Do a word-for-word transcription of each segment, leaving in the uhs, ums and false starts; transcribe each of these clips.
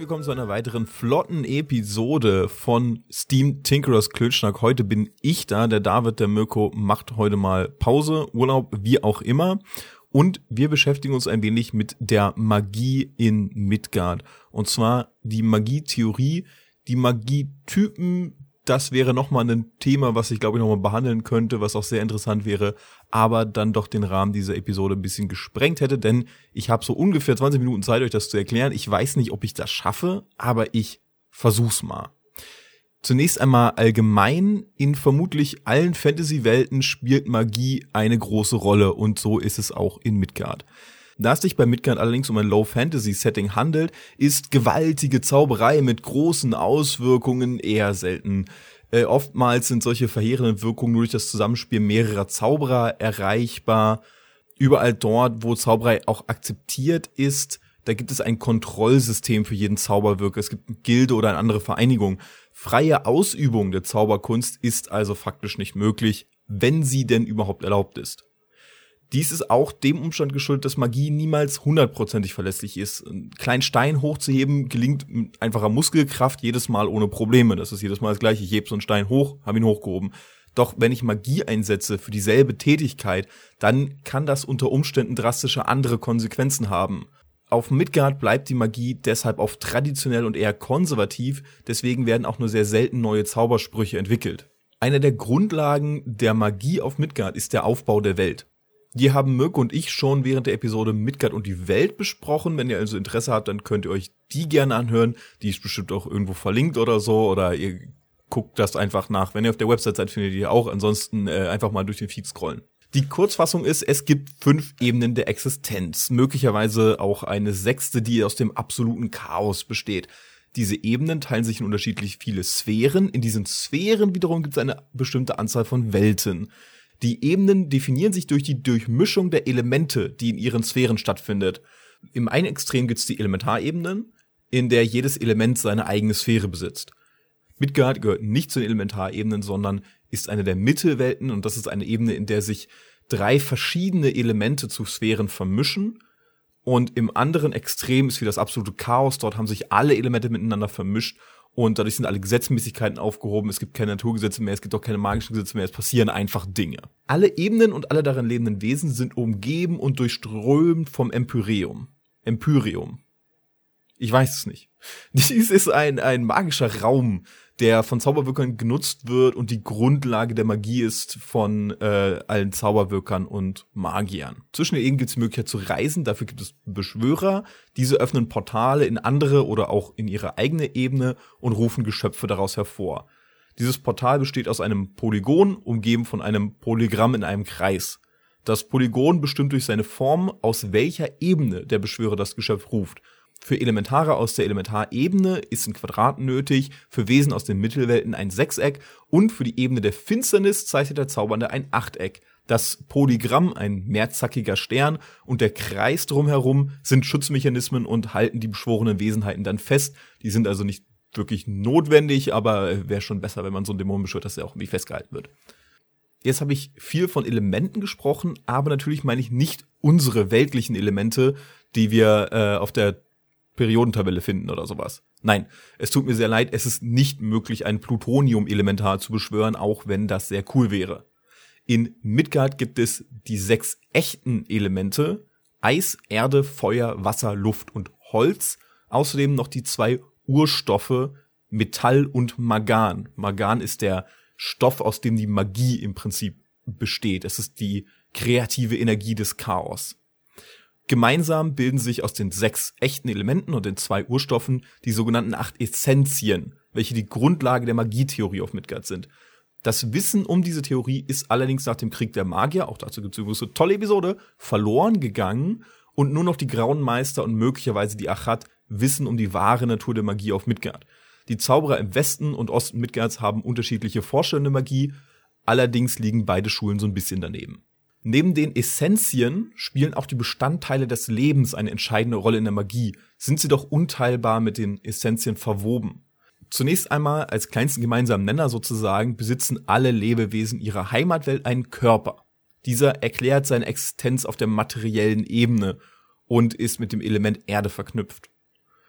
willkommen zu einer weiteren flotten Episode von Steam Tinkerers Klönschnack. Heute bin ich da, der David, der Mirko macht heute mal Pause, Urlaub, wie auch immer. Und wir beschäftigen uns ein wenig mit der Magie in Midgard. Und zwar die Magietheorie, die Magietypen. Das wäre nochmal ein Thema, was ich glaube ich nochmal behandeln könnte, was auch sehr interessant wäre, aber dann doch den Rahmen dieser Episode ein bisschen gesprengt hätte, denn ich habe so ungefähr zwanzig Minuten Zeit, euch das zu erklären. Ich weiß nicht, ob ich das schaffe, aber ich versuch's mal. Zunächst einmal allgemein, in vermutlich allen Fantasy-Welten spielt Magie eine große Rolle und so ist es auch in Midgard. Da es sich bei Midgard allerdings um ein Low-Fantasy-Setting handelt, ist gewaltige Zauberei mit großen Auswirkungen eher selten. Äh, oftmals sind solche verheerenden Wirkungen nur durch das Zusammenspiel mehrerer Zauberer erreichbar. Überall dort, wo Zauberei auch akzeptiert ist, da gibt es ein Kontrollsystem für jeden Zauberwirker. Es gibt eine Gilde oder eine andere Vereinigung. Freie Ausübung der Zauberkunst ist also faktisch nicht möglich, wenn sie denn überhaupt erlaubt ist. Dies ist auch dem Umstand geschuldet, dass Magie niemals hundertprozentig verlässlich ist. Einen kleinen Stein hochzuheben gelingt mit einfacher Muskelkraft jedes Mal ohne Probleme. Das ist jedes Mal das Gleiche. Ich heb so einen Stein hoch, habe ihn hochgehoben. Doch wenn ich Magie einsetze für dieselbe Tätigkeit, dann kann das unter Umständen drastische andere Konsequenzen haben. Auf Midgard bleibt die Magie deshalb oft traditionell und eher konservativ. Deswegen werden auch nur sehr selten neue Zaubersprüche entwickelt. Eine der Grundlagen der Magie auf Midgard ist der Aufbau der Welt. Die haben Mirko und ich schon während der Episode Midgard und die Welt besprochen. Wenn ihr also Interesse habt, dann könnt ihr euch die gerne anhören. Die ist bestimmt auch irgendwo verlinkt oder so. Oder ihr guckt das einfach nach. Wenn ihr auf der Website seid, findet ihr auch. Ansonsten äh, einfach mal durch den Feed scrollen. Die Kurzfassung ist, es gibt fünf Ebenen der Existenz. Möglicherweise auch eine sechste, die aus dem absoluten Chaos besteht. Diese Ebenen teilen sich in unterschiedlich viele Sphären. In diesen Sphären wiederum gibt es eine bestimmte Anzahl von Welten. Die Ebenen definieren sich durch die Durchmischung der Elemente, die in ihren Sphären stattfindet. Im einen Extrem gibt es die Elementarebenen, in der jedes Element seine eigene Sphäre besitzt. Midgard gehört nicht zu den Elementarebenen, sondern ist eine der Mittelwelten und das ist eine Ebene, in der sich drei verschiedene Elemente zu Sphären vermischen. Und im anderen Extrem ist wie das absolute Chaos. Dort haben sich alle Elemente miteinander vermischt. Und dadurch sind alle Gesetzmäßigkeiten aufgehoben, es gibt keine Naturgesetze mehr, es gibt auch keine magischen Gesetze mehr, es passieren einfach Dinge. Alle Ebenen und alle darin lebenden Wesen sind umgeben und durchströmt vom Empyreum. Empyreum. Ich weiß es nicht. Dies ist ein, ein magischer Raum, der von Zauberwirkern genutzt wird und die Grundlage der Magie ist von äh, allen Zauberwirkern und Magiern. Zwischen den Ebenen gibt es die Möglichkeit zu reisen, dafür gibt es Beschwörer. Diese öffnen Portale in andere oder auch in ihre eigene Ebene und rufen Geschöpfe daraus hervor. Dieses Portal besteht aus einem Polygon, umgeben von einem Polygramm in einem Kreis. Das Polygon bestimmt durch seine Form, aus welcher Ebene der Beschwörer das Geschöpf ruft. Für Elementare aus der Elementarebene ist ein Quadrat nötig, für Wesen aus den Mittelwelten ein Sechseck und für die Ebene der Finsternis zeichnet der Zaubernde ein Achteck. Das Polygramm, ein mehrzackiger Stern, und der Kreis drumherum sind Schutzmechanismen und halten die beschworenen Wesenheiten dann fest. Die sind also nicht wirklich notwendig, aber wäre schon besser, wenn man so einen Dämon beschwört, dass er auch irgendwie festgehalten wird. Jetzt habe ich viel von Elementen gesprochen, aber natürlich meine ich nicht unsere weltlichen Elemente, die wir äh, auf der Periodentabelle finden oder sowas. Nein, es tut mir sehr leid, es ist nicht möglich, ein Plutonium-Elementar zu beschwören, auch wenn das sehr cool wäre. In Midgard gibt es die sechs echten Elemente: Eis, Erde, Feuer, Wasser, Luft und Holz. Außerdem noch die zwei Urstoffe Metall und Magan. Magan ist der Stoff, aus dem die Magie im Prinzip besteht. Es ist die kreative Energie des Chaos. Gemeinsam bilden sich aus den sechs echten Elementen und den zwei Urstoffen die sogenannten acht Essenzien, welche die Grundlage der Magietheorie auf Midgard sind. Das Wissen um diese Theorie ist allerdings nach dem Krieg der Magier, auch dazu gibt es übrigens eine tolle Episode, verloren gegangen und nur noch die Grauen Meister und möglicherweise die Achat wissen um die wahre Natur der Magie auf Midgard. Die Zauberer im Westen und Osten Midgards haben unterschiedliche Vorstellungen der Magie, allerdings liegen beide Schulen so ein bisschen daneben. Neben den Essenzien spielen auch die Bestandteile des Lebens eine entscheidende Rolle in der Magie, sind sie doch unteilbar mit den Essenzien verwoben. Zunächst einmal als kleinsten gemeinsamen Nenner sozusagen besitzen alle Lebewesen ihrer Heimatwelt einen Körper. Dieser erklärt seine Existenz auf der materiellen Ebene und ist mit dem Element Erde verknüpft.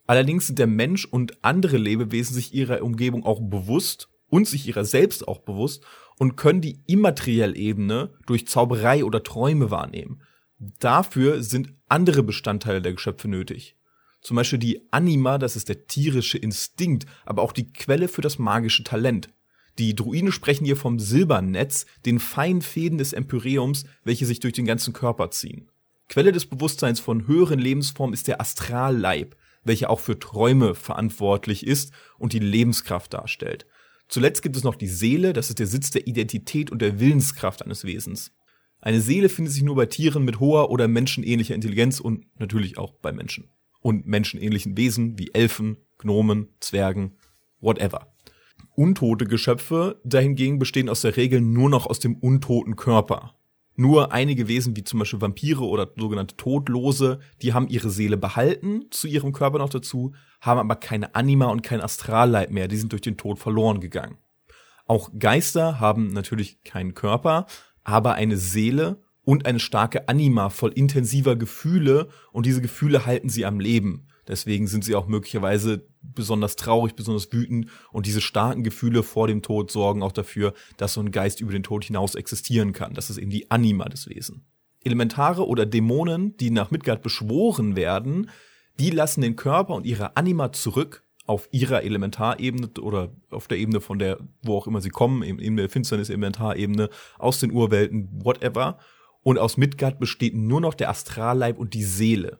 Allerdings sind der Mensch und andere Lebewesen sich ihrer Umgebung auch bewusst und sich ihrer selbst auch bewusst und können die immaterielle Ebene durch Zauberei oder Träume wahrnehmen. Dafür sind andere Bestandteile der Geschöpfe nötig. Zum Beispiel die Anima, das ist der tierische Instinkt, aber auch die Quelle für das magische Talent. Die Druiden sprechen hier vom Silbernetz, den feinen Fäden des Empyreums, welche sich durch den ganzen Körper ziehen. Quelle des Bewusstseins von höheren Lebensformen ist der Astralleib, welcher auch für Träume verantwortlich ist und die Lebenskraft darstellt. Zuletzt gibt es noch die Seele, das ist der Sitz der Identität und der Willenskraft eines Wesens. Eine Seele findet sich nur bei Tieren mit hoher oder menschenähnlicher Intelligenz und natürlich auch bei Menschen. Und menschenähnlichen Wesen wie Elfen, Gnomen, Zwergen, whatever. Untote Geschöpfe dahingegen bestehen aus der Regel nur noch aus dem untoten Körper. Nur einige Wesen wie zum Beispiel Vampire oder sogenannte Todlose, die haben ihre Seele behalten zu ihrem Körper noch dazu, haben aber keine Anima und kein Astralleib mehr, die sind durch den Tod verloren gegangen. Auch Geister haben natürlich keinen Körper, aber eine Seele und eine starke Anima voll intensiver Gefühle und diese Gefühle halten sie am Leben. Deswegen sind sie auch möglicherweise besonders traurig, besonders wütend und diese starken Gefühle vor dem Tod sorgen auch dafür, dass so ein Geist über den Tod hinaus existieren kann. Das ist eben die Anima des Wesens. Elementare oder Dämonen, die nach Midgard beschworen werden, die lassen den Körper und ihre Anima zurück auf ihrer Elementarebene oder auf der Ebene von der, wo auch immer sie kommen, eben der Finsternis, Elementarebene, aus den Urwelten, whatever. Und aus Midgard besteht nur noch der Astralleib und die Seele.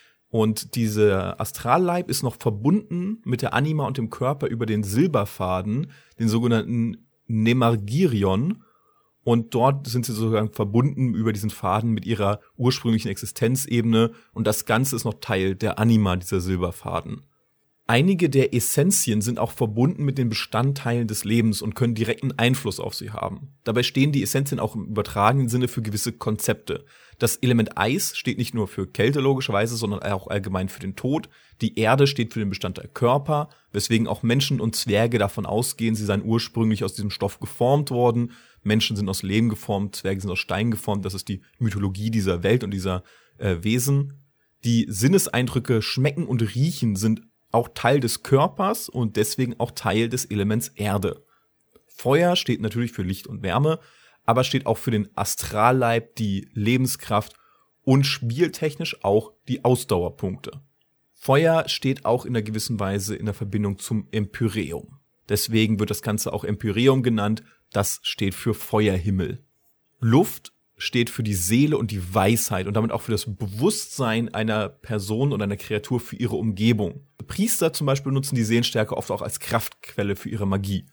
Und dieser Astralleib ist noch verbunden mit der Anima und dem Körper über den Silberfaden, den sogenannten Nemargirion. Und dort sind sie sozusagen verbunden über diesen Faden mit ihrer ursprünglichen Existenzebene. Und das Ganze ist noch Teil der Anima, dieser Silberfaden. Einige der Essenzien sind auch verbunden mit den Bestandteilen des Lebens und können direkten Einfluss auf sie haben. Dabei stehen die Essenzien auch im übertragenen Sinne für gewisse Konzepte. Das Element Eis steht nicht nur für Kälte logischerweise, sondern auch allgemein für den Tod. Die Erde steht für den Bestandteil Körper, weswegen auch Menschen und Zwerge davon ausgehen, sie seien ursprünglich aus diesem Stoff geformt worden. Menschen sind aus Lehm geformt, Zwerge sind aus Stein geformt. Das ist die Mythologie dieser Welt und dieser äh, Wesen. Die Sinneseindrücke Schmecken und Riechen sind auch Teil des Körpers und deswegen auch Teil des Elements Erde. Feuer steht natürlich für Licht und Wärme, aber steht auch für den Astralleib, die Lebenskraft und spieltechnisch auch die Ausdauerpunkte. Feuer steht auch in einer gewissen Weise in der Verbindung zum Empyreum. Deswegen wird das Ganze auch Empyreum genannt, das steht für Feuerhimmel. Luft steht für die Seele und die Weisheit und damit auch für das Bewusstsein einer Person oder einer Kreatur für ihre Umgebung. Priester zum Beispiel nutzen die Seelenstärke oft auch als Kraftquelle für ihre Magie.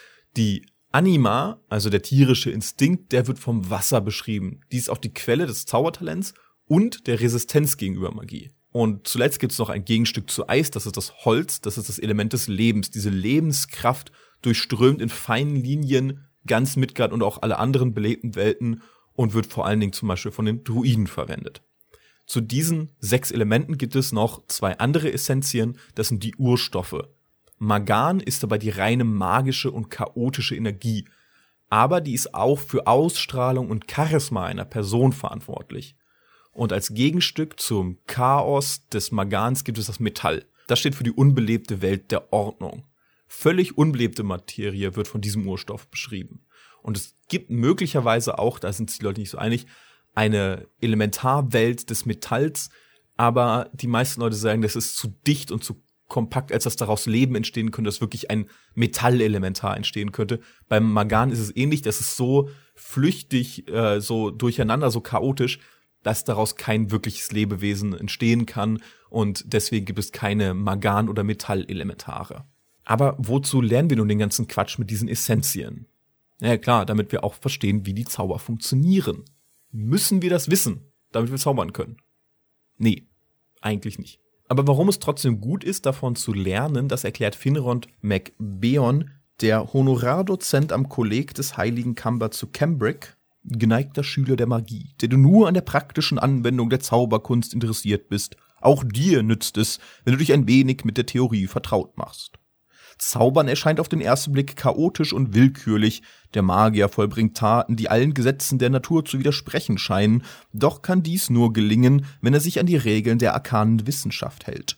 Die Anima, also der tierische Instinkt, der wird vom Wasser beschrieben. Dies ist auch die Quelle des Zaubertalents und der Resistenz gegenüber Magie. Und zuletzt gibt es noch ein Gegenstück zu Eis, das ist das Holz, das ist das Element des Lebens. Diese Lebenskraft durchströmt in feinen Linien ganz Midgard und auch alle anderen belebten Welten und wird vor allen Dingen zum Beispiel von den Druiden verwendet. Zu diesen sechs Elementen gibt es noch zwei andere Essenzien, das sind die Urstoffe. Magan ist dabei die reine magische und chaotische Energie, aber die ist auch für Ausstrahlung und Charisma einer Person verantwortlich. Und als Gegenstück zum Chaos des Magans gibt es das Metall. Das steht für die unbelebte Welt der Ordnung. Völlig unbelebte Materie wird von diesem Urstoff beschrieben. Und es gibt möglicherweise auch, da sind sich die Leute nicht so einig, eine Elementarwelt des Metalls, aber die meisten Leute sagen, das ist zu dicht und zu kompakt, als dass daraus Leben entstehen könnte, dass wirklich ein Metallelementar entstehen könnte. Beim Magan ist es ähnlich, das ist so flüchtig, äh, so durcheinander, so chaotisch, dass daraus kein wirkliches Lebewesen entstehen kann und deswegen gibt es keine Magan- oder Metallelementare. Aber wozu lernen wir nun den ganzen Quatsch mit diesen Essenzien? Ja klar, damit wir auch verstehen, wie die Zauber funktionieren. Müssen wir das wissen, damit wir zaubern können? Nee, eigentlich nicht. Aber warum es trotzdem gut ist, davon zu lernen, das erklärt Finrod MacBeon, der Honorardozent am Kolleg des Heiligen Camber zu Cambric, geneigter Schüler der Magie, der du nur an der praktischen Anwendung der Zauberkunst interessiert bist. Auch dir nützt es, wenn du dich ein wenig mit der Theorie vertraut machst. Zaubern erscheint auf den ersten Blick chaotisch und willkürlich. Der Magier vollbringt Taten, die allen Gesetzen der Natur zu widersprechen scheinen. Doch kann dies nur gelingen, wenn er sich an die Regeln der arkanen Wissenschaft hält.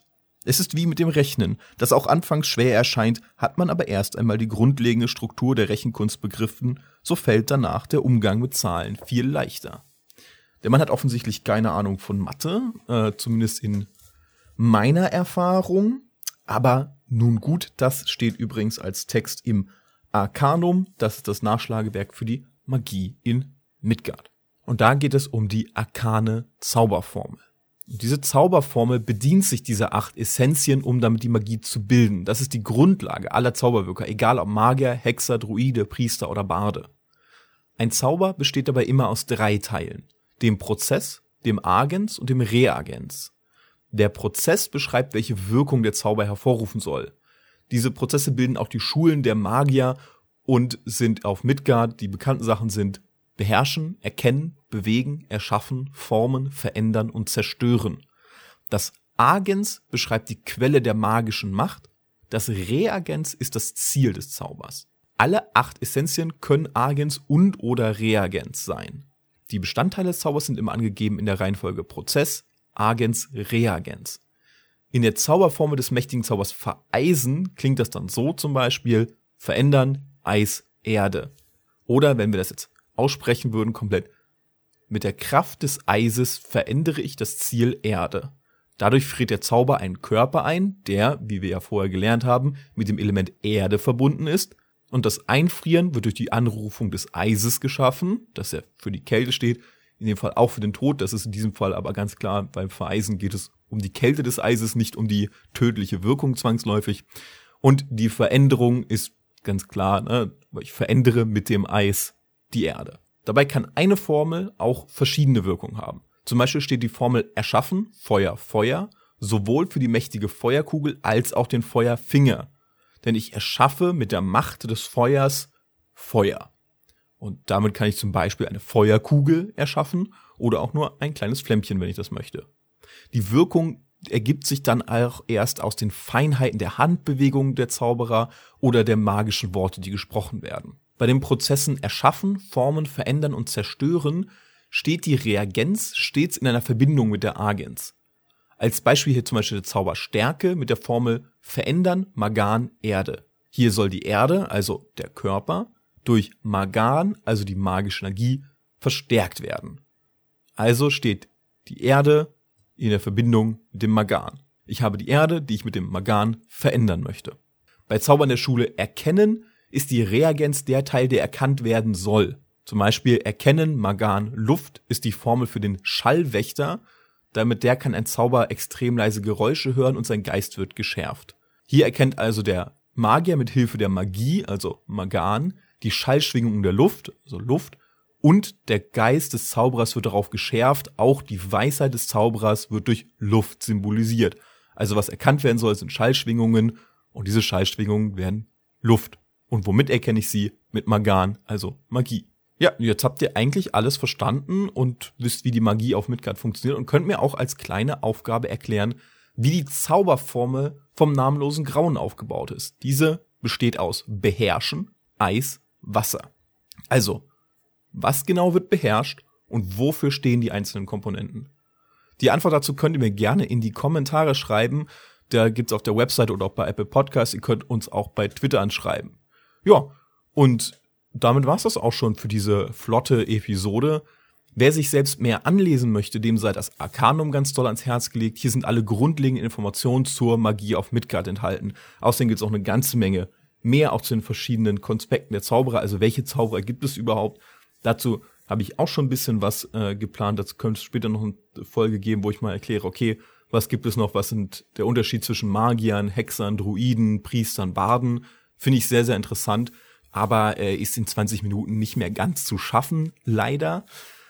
Es ist wie mit dem Rechnen, das auch anfangs schwer erscheint, hat man aber erst einmal die grundlegende Struktur der Rechenkunst begriffen, so fällt danach der Umgang mit Zahlen viel leichter. Der Mann hat offensichtlich keine Ahnung von Mathe, äh, zumindest in meiner Erfahrung. Aber nun gut, das steht übrigens als Text im Arcanum, das ist das Nachschlagewerk für die Magie in Midgard. Und da geht es um die arkane Zauberformel. Und diese Zauberformel bedient sich dieser acht Essenzien, um damit die Magie zu bilden. Das ist die Grundlage aller Zauberwirker, egal ob Magier, Hexer, Druide, Priester oder Barde. Ein Zauber besteht dabei immer aus drei Teilen: dem Prozess, dem Agens und dem Reagens. Der Prozess beschreibt, welche Wirkung der Zauber hervorrufen soll. Diese Prozesse bilden auch die Schulen der Magier und sind auf Midgard, die bekannten Sachen sind beherrschen, erkennen, bewegen, erschaffen, formen, verändern und zerstören. Das Agens beschreibt die Quelle der magischen Macht. Das Reagens ist das Ziel des Zaubers. Alle acht Essenzien können Agens und oder Reagens sein. Die Bestandteile des Zaubers sind immer angegeben in der Reihenfolge Prozess, Agens, Reagens. In der Zauberformel des mächtigen Zaubers Vereisen klingt das dann so zum Beispiel: verändern, Eis, Erde. Oder wenn wir das jetzt aussprechen würden komplett: mit der Kraft des Eises verändere ich das Ziel Erde. Dadurch friert der Zauber einen Körper ein, der, wie wir ja vorher gelernt haben, mit dem Element Erde verbunden ist. Und das Einfrieren wird durch die Anrufung des Eises geschaffen, das ja für die Kälte steht, in dem Fall auch für den Tod. Das ist in diesem Fall aber ganz klar, beim Vereisen geht es um die Kälte des Eises, nicht um die tödliche Wirkung zwangsläufig. Und die Veränderung ist ganz klar, ne, ich verändere mit dem Eis die Erde. Dabei kann eine Formel auch verschiedene Wirkungen haben. Zum Beispiel steht die Formel erschaffen, Feuer, Feuer, sowohl für die mächtige Feuerkugel als auch den Feuerfinger. Denn ich erschaffe mit der Macht des Feuers Feuer. Und damit kann ich zum Beispiel eine Feuerkugel erschaffen oder auch nur ein kleines Flämmchen, wenn ich das möchte. Die Wirkung ergibt sich dann auch erst aus den Feinheiten der Handbewegungen der Zauberer oder der magischen Worte, die gesprochen werden. Bei den Prozessen Erschaffen, Formen, Verändern und Zerstören steht die Reagenz stets in einer Verbindung mit der Agens. Als Beispiel hier zum Beispiel der Zauber Stärke mit der Formel Verändern, Magan, Erde. Hier soll die Erde, also der Körper, durch Magan, also die magische Energie, verstärkt werden. Also steht die Erde in der Verbindung mit dem Magan. Ich habe die Erde, die ich mit dem Magan verändern möchte. Bei Zaubern der Schule Erkennen ist die Reagenz der Teil, der erkannt werden soll. Zum Beispiel Erkennen, Magan, Luft ist die Formel für den Schallwächter. Damit der kann ein Zauber extrem leise Geräusche hören und sein Geist wird geschärft. Hier erkennt also der Magier mit Hilfe der Magie, also Magan, die Schallschwingungen der Luft, also Luft, und der Geist des Zauberers wird darauf geschärft. Auch die Weisheit des Zauberers wird durch Luft symbolisiert. Also was erkannt werden soll, sind Schallschwingungen und diese Schallschwingungen werden Luft. Und womit erkenne ich sie? Mit Magan, also Magie. Ja, jetzt habt ihr eigentlich alles verstanden und wisst, wie die Magie auf Midgard funktioniert und könnt mir auch als kleine Aufgabe erklären, wie die Zauberformel vom namenlosen Grauen aufgebaut ist. Diese besteht aus Beherrschen, Eis, Wasser. Also, was genau wird beherrscht und wofür stehen die einzelnen Komponenten? Die Antwort dazu könnt ihr mir gerne in die Kommentare schreiben. Da gibt's auf der Website oder auch bei Apple Podcasts. Ihr könnt uns auch bei Twitter anschreiben. Ja, und damit war's das auch schon für diese flotte Episode. Wer sich selbst mehr anlesen möchte, dem sei das Arcanum ganz doll ans Herz gelegt. Hier sind alle grundlegenden Informationen zur Magie auf Midgard enthalten. Außerdem gibt's auch eine ganze Menge mehr auch zu den verschiedenen Konspekten der Zauberer. Also welche Zauberer gibt es überhaupt? Dazu habe ich auch schon ein bisschen was äh, geplant. Dazu könnte es später noch eine Folge geben, wo ich mal erkläre, okay, was gibt es noch? Was sind der Unterschied zwischen Magiern, Hexern, Druiden, Priestern, Barden? Finde ich sehr, sehr interessant. Aber äh, ist in zwanzig Minuten nicht mehr ganz zu schaffen, leider.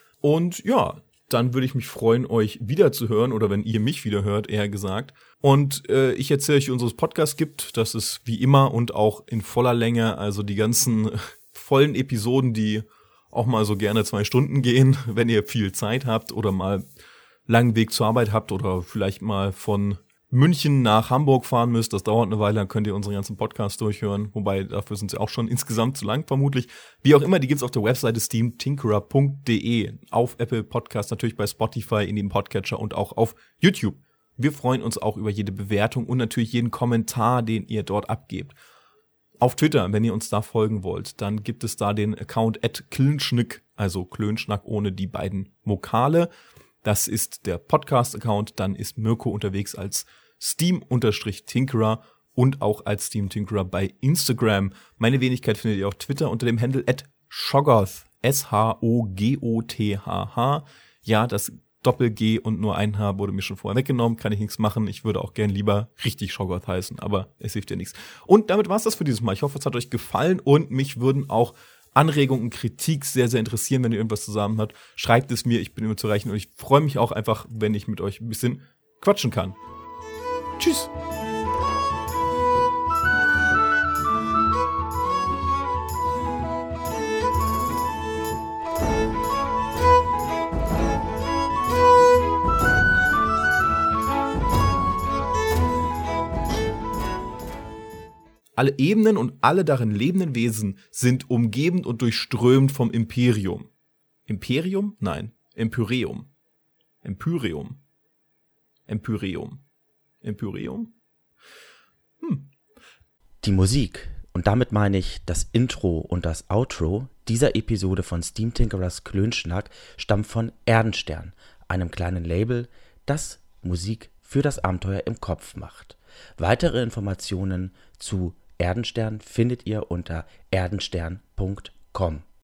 Und ja, dann würde ich mich freuen, euch wieder zu hören, oder wenn ihr mich wieder hört, eher gesagt. Und äh, ich erzähle euch, wie unseres Podcast gibt. Das ist wie immer und auch in voller Länge, also die ganzen vollen Episoden, die auch mal so gerne zwei Stunden gehen, wenn ihr viel Zeit habt oder mal langen Weg zur Arbeit habt oder vielleicht mal von München nach Hamburg fahren müsst, das dauert eine Weile, dann könnt ihr unseren ganzen Podcast durchhören, wobei dafür sind sie auch schon insgesamt zu lang vermutlich. Wie auch immer, die gibt's auf der Webseite steam tinkerer punkt de, auf Apple Podcast, natürlich bei Spotify, in dem Podcatcher und auch auf YouTube. Wir freuen uns auch über jede Bewertung und natürlich jeden Kommentar, den ihr dort abgebt. Auf Twitter, wenn ihr uns da folgen wollt, dann gibt es da den Account at klönschnick, also Klönschnack ohne die beiden Vokale. Das ist der Podcast-Account. Dann ist Mirko unterwegs als Steam-Tinkerer und auch als Steam-Tinkerer bei Instagram. Meine Wenigkeit findet ihr auf Twitter unter dem Handle at shoggoth, S H O G O T H H. Ja, das Doppel-G und nur ein H wurde mir schon vorher weggenommen, kann ich nichts machen. Ich würde auch gern lieber richtig Shoggoth heißen, aber es hilft ja nichts. Und damit war's das für dieses Mal. Ich hoffe, es hat euch gefallen und mich würden auch Anregungen und Kritik sehr, sehr interessieren, wenn ihr irgendwas zusammen habt. Schreibt es mir, ich bin immer zu erreichen und ich freue mich auch einfach, wenn ich mit euch ein bisschen quatschen kann. Tschüss! Alle Ebenen und alle darin lebenden Wesen sind umgebend und durchströmt vom Imperium. Imperium? Nein. Empyreum. Empyreum. Empyreum. Empyreum? Hm. Die Musik, und damit meine ich das Intro und das Outro dieser Episode von Steam Tinkerers Klönschnack, stammt von Erdenstern, einem kleinen Label, das Musik für das Abenteuer im Kopf macht. Weitere Informationen zu Erdenstern findet ihr unter erdenstern punkt com.